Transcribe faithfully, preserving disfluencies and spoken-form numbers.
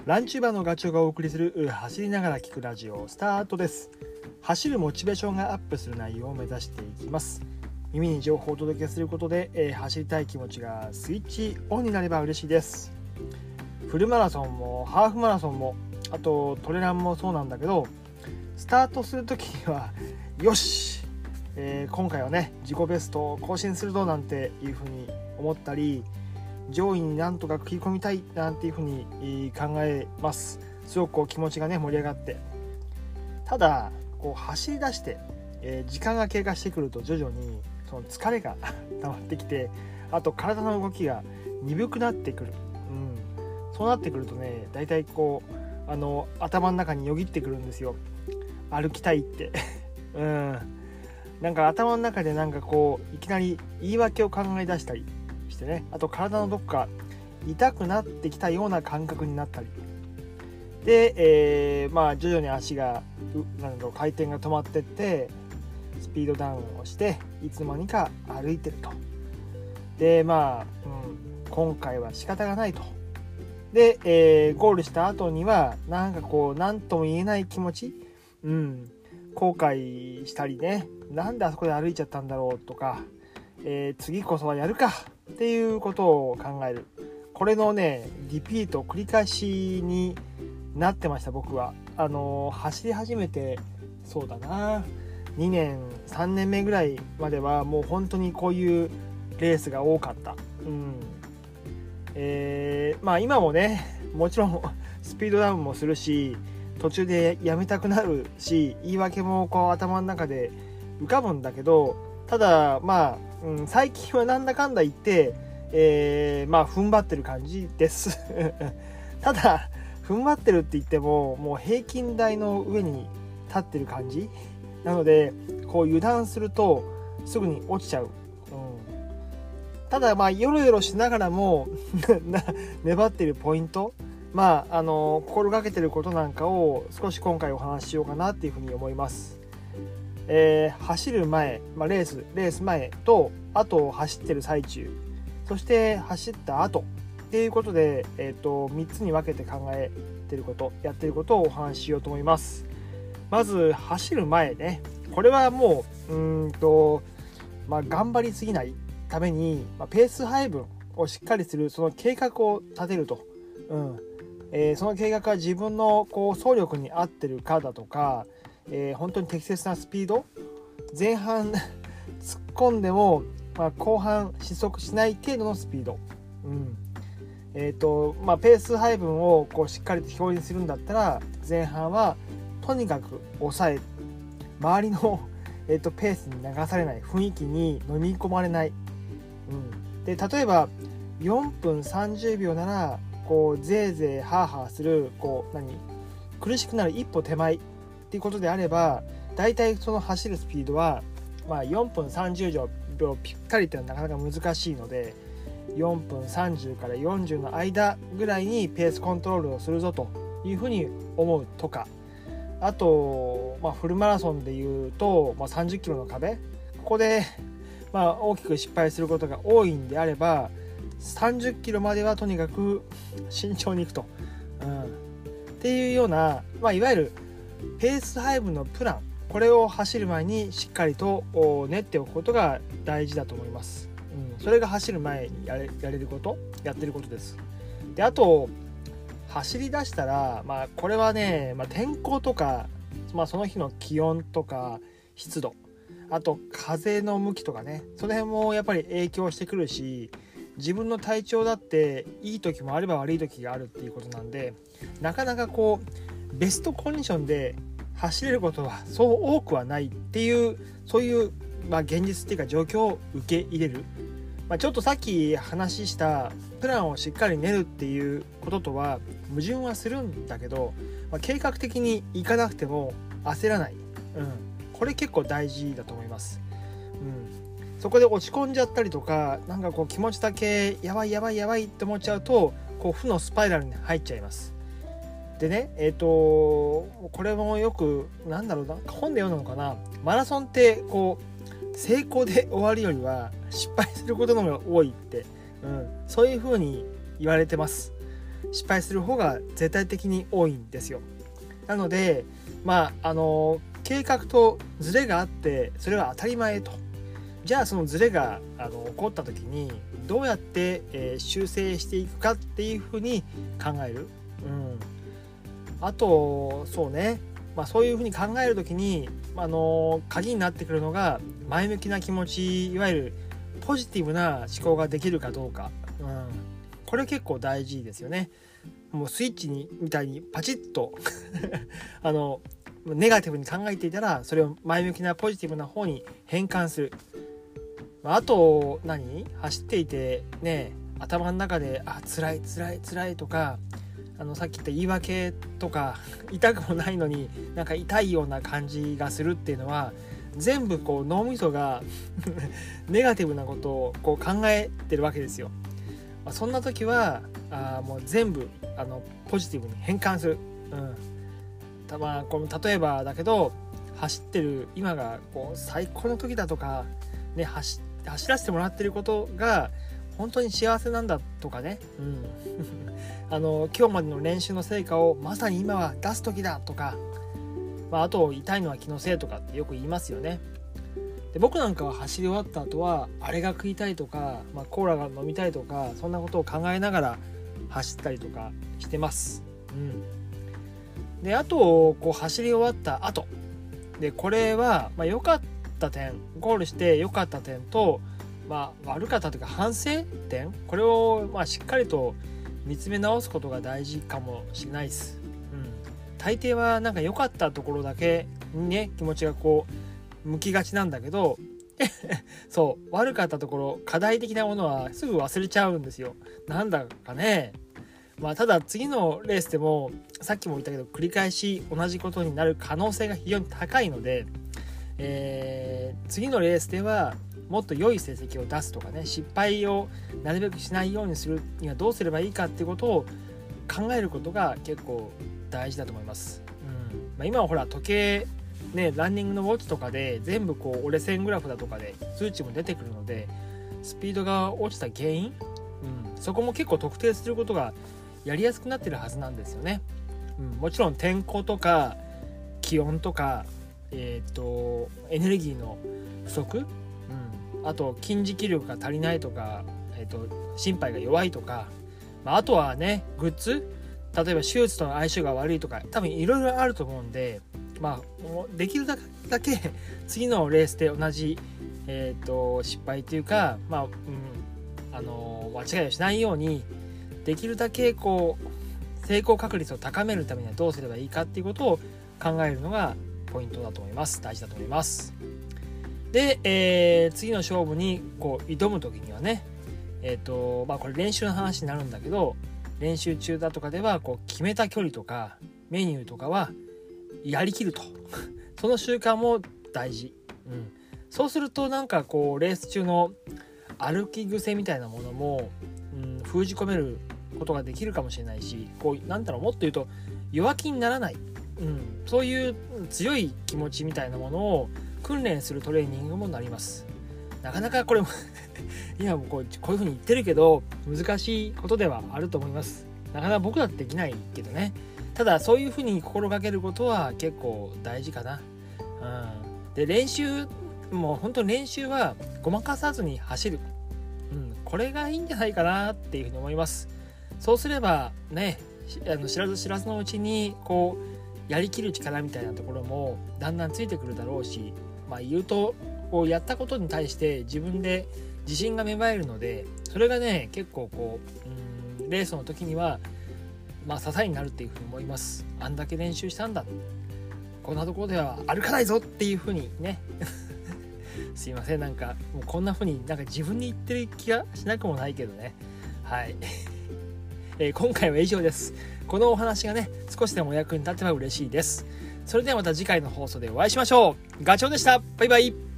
ランチューバーのガチョウがお送りする走りながら聞くラジオスタートです。走るモチベーションがアップする内容を目指していきます。耳に情報をお届けすることで、えー、走りたい気持ちがスイッチオンになれば嬉しいです。フルマラソンもハーフマラソンもあとトレランもそうなんだけど、スタートするときにはよし、えー、今回はね自己ベストを更新するぞなんていうふうに思ったり、上位になんとか食い込みたいなんていうふうに考えます。すごくこう気持ちがね盛り上がって、ただこう走り出して、えー、時間が経過してくると徐々にその疲れが溜まってきて、あと体の動きが鈍くなってくる、うん、そうなってくるとね、だいたいこうあの頭の中によぎってくるんですよ。歩きたいってうん、なんか頭の中でなんかこういきなり言い訳を考え出したりしてね、あと体のどっか痛くなってきたような感覚になったりで、えー、まあ徐々に足がなんだろう回転が止まってってスピードダウンをしていつの間にか歩いてると。でまあ、うん、今回は仕方がないと。で、えー、ゴールした後にはなんかこう何とも言えない気持ち、うん、後悔したりね、なんであそこで歩いちゃったんだろうとか、えー、次こそはやるかっていうことを考える。これのねリピート繰り返しになってました。僕はあのー、走り始めてそうだなにねんさんねんめぐらいまではもう本当にこういうレースが多かった、うんえー、まあ今もねもちろんスピードダウンもするし、途中でやめたくなるし、言い訳もこう頭の中で浮かぶんだけど、ただまあ、うん、最近はなんだかんだ言って、えー、まあ踏ん張ってる感じですただ踏ん張ってるって言ってももう平均台の上に立ってる感じなので、こう油断するとすぐに落ちちゃう、うん、ただまあヨロヨロしながらも粘ってるポイント、まああの心がけてることなんかを少し今回お話ししようかなっていうふうに思います。えー、走る前、まあ、レースレース前とあと走ってる最中、そして走った後っていうことで、えー、とみっつに分けて考えてることやってることをお話ししようと思います。まず走る前ね、これはもううーんと、まあ、頑張りすぎないために、まあ、ペース配分をしっかりする、その計画を立てると、うんえー、その計画は自分のこう走力に合ってるかだとか、えー、本当に適切なスピード、前半突っ込んでも、まあ、後半失速しない程度のスピード、うんえーとまあ、ペース配分をこうしっかりと表示するんだったら、前半はとにかく抑え、周りの、えーとペースに流されない、雰囲気に飲み込まれない、うん、で例えばよんぷんさんじゅうびょうならこうぜいぜいハーハーするこう何苦しくなる一歩手前っていうことであれば、だいたいその走るスピードは、まあ、よんぷんさんじゅうびょうぴったりっていうのはなかなか難しいので、よんぷんさんじゅうからよんじゅうの間ぐらいにペースコントロールをするぞというふうに思うとか、あと、まあ、フルマラソンでいうと、まあ、さんじゅっキロの壁、ここで、まあ、大きく失敗することが多いんであれば、さんじゅっキロまではとにかく慎重にいくと、うん、っていうような、まあ、いわゆるペース配分のプラン、これを走る前にしっかりと練っておくことが大事だと思います、うん、それが走る前にやれ、やれること、やってることです。であと走り出したら、まあ、これはね、まあ、天候とか、まあ、その日の気温とか湿度、あと風の向きとかね、その辺もやっぱり影響してくるし、自分の体調だっていい時もあれば悪い時があるっていうことなんで、なかなかこうベストコンディションで走れることはそう多くはないっていう、そういう、まあ、現実っていうか状況を受け入れる、まあ、ちょっとさっき話したプランをしっかり練るっていうこととは矛盾はするんだけど、まあ、計画的にいかなくても焦らない、うん、これ結構大事だと思います、うん、そこで落ち込んじゃったりとか、なんかこう気持ちだけやばいやばいやばいって思っちゃうと、こう負のスパイラルに入っちゃいます。でね、えっとこれもよくなんだろうな、本で読んだのかな、マラソンってこう成功で終わるよりは失敗することの方が多いって、うん、そういう風に言われてます。 失敗する方が絶対的に多いんですよ。なのでまああの計画とズレがあってそれは当たり前と。じゃあそのズレがあの起こった時にどうやって、えー、修正していくかっていうふうに考える。うん、あとそうね、まあ、そういうふうに考える時に、あの鍵になってくるのが前向きな気持ち、いわゆるポジティブな思考ができるかどうか、うん、これ結構大事ですよね。もうスイッチにみたいにパチッとあのネガティブに考えていたらそれを前向きなポジティブな方に変換する。あと何走っていてね、頭の中であ辛い辛い辛いとか、あのさっき言った言い訳とか痛くもないのになんか痛いような感じがするっていうのは全部こう脳みそがネガティブなことをこう考えてるわけですよ。まあ、そんな時はあもう全部あのポジティブに変換する。うん、たまあこの例えばだけど走ってる今がこう最高の時だとかね、走走らせてもらってることが本当に幸せなんだとかね、うん、あの今日までの練習の成果をまさに今は出す時だとか、まあ、あと痛いのは気のせいとかってよく言いますよね。で僕なんかは走り終わった後はあれが食いたいとか、まあ、コーラが飲みたいとかそんなことを考えながら走ったりとかしてます。うん、であとこう走り終わった後でこれはまあ良かった点、ゴールして良かった点と、まあ、悪かったというか反省点、これをまあしっかりと見つめ直すことが大事かもしれないです。うん、大抵はなんか良かったところだけにね気持ちがこう向きがちなんだけどそう悪かったところ課題的なものはすぐ忘れちゃうんですよ。なんだかね。まあただ次のレースでもさっきも言ったけど繰り返し同じことになる可能性が非常に高いので、えー、次のレースではもっと良い成績を出すとかね、失敗をなるべくしないようにするにはどうすればいいかっていうことを考えることが結構大事だと思います。うんまあ、今はほら時計ね、ランニングのウォッチとかで全部こう折れ線グラフだとかで数値も出てくるのでスピードが落ちた原因、うん、そこも結構特定することがやりやすくなってるはずなんですよね。うん、もちろん天候とか気温とか、えー、とエネルギーの不足、うん、あと筋持久力が足りないとか、えー、と心肺が弱いとか、まあ、あとはねグッズ、例えば手術との相性が悪いとか多分いろいろあると思うんで、まあできるだけ次のレースで同じ、えー、と失敗というか、まあうん、あの間違いをしないようにできるだけこう成功確率を高めるためにはどうすればいいかっていうことを考えるのがポイントだと思います。大事だと思います。で、えー、次の勝負にこう挑む時にはね、えっとまあこれ練習の話になるんだけど、練習中だとかではこう決めた距離とかメニューとかはやりきるとその習慣も大事、うん、そうするとなんかこうレース中の歩き癖みたいなものも、うん、封じ込めることができるかもしれないし、こうなんだろう、もっと言うと弱気にならない、うん、そういう強い気持ちみたいなものを訓練するトレーニングもなります。なかなかこれも今もこうこういう風に言ってるけど難しいことではあると思います。なかなか僕だってできないけどね。ただそういう風に心がけることは結構大事かな。うん、で練習もう本当に練習はごまかさずに走る、うん、これがいいんじゃないかなっていう風に思います。そうすればね、あの知らず知らずのうちにこうやりきる力みたいなところもだんだんついてくるだろうし、まあ言うとこうやったことに対して自分で自信が芽生えるので、それがね結構こう、うん、レースの時にはまあ支えになるっていうふうに思います。あんだけ練習したんだ、こんなところでは歩かないぞっていうふうにねすいません、なんかもうこんなふうになんか自分に言ってる気がしなくもないけどね。はいえー、今回は以上です。このお話がね少しでもお役に立てば嬉しいです。それではまた次回の放送でお会いしましょう。ガチョウでした。バイバイ。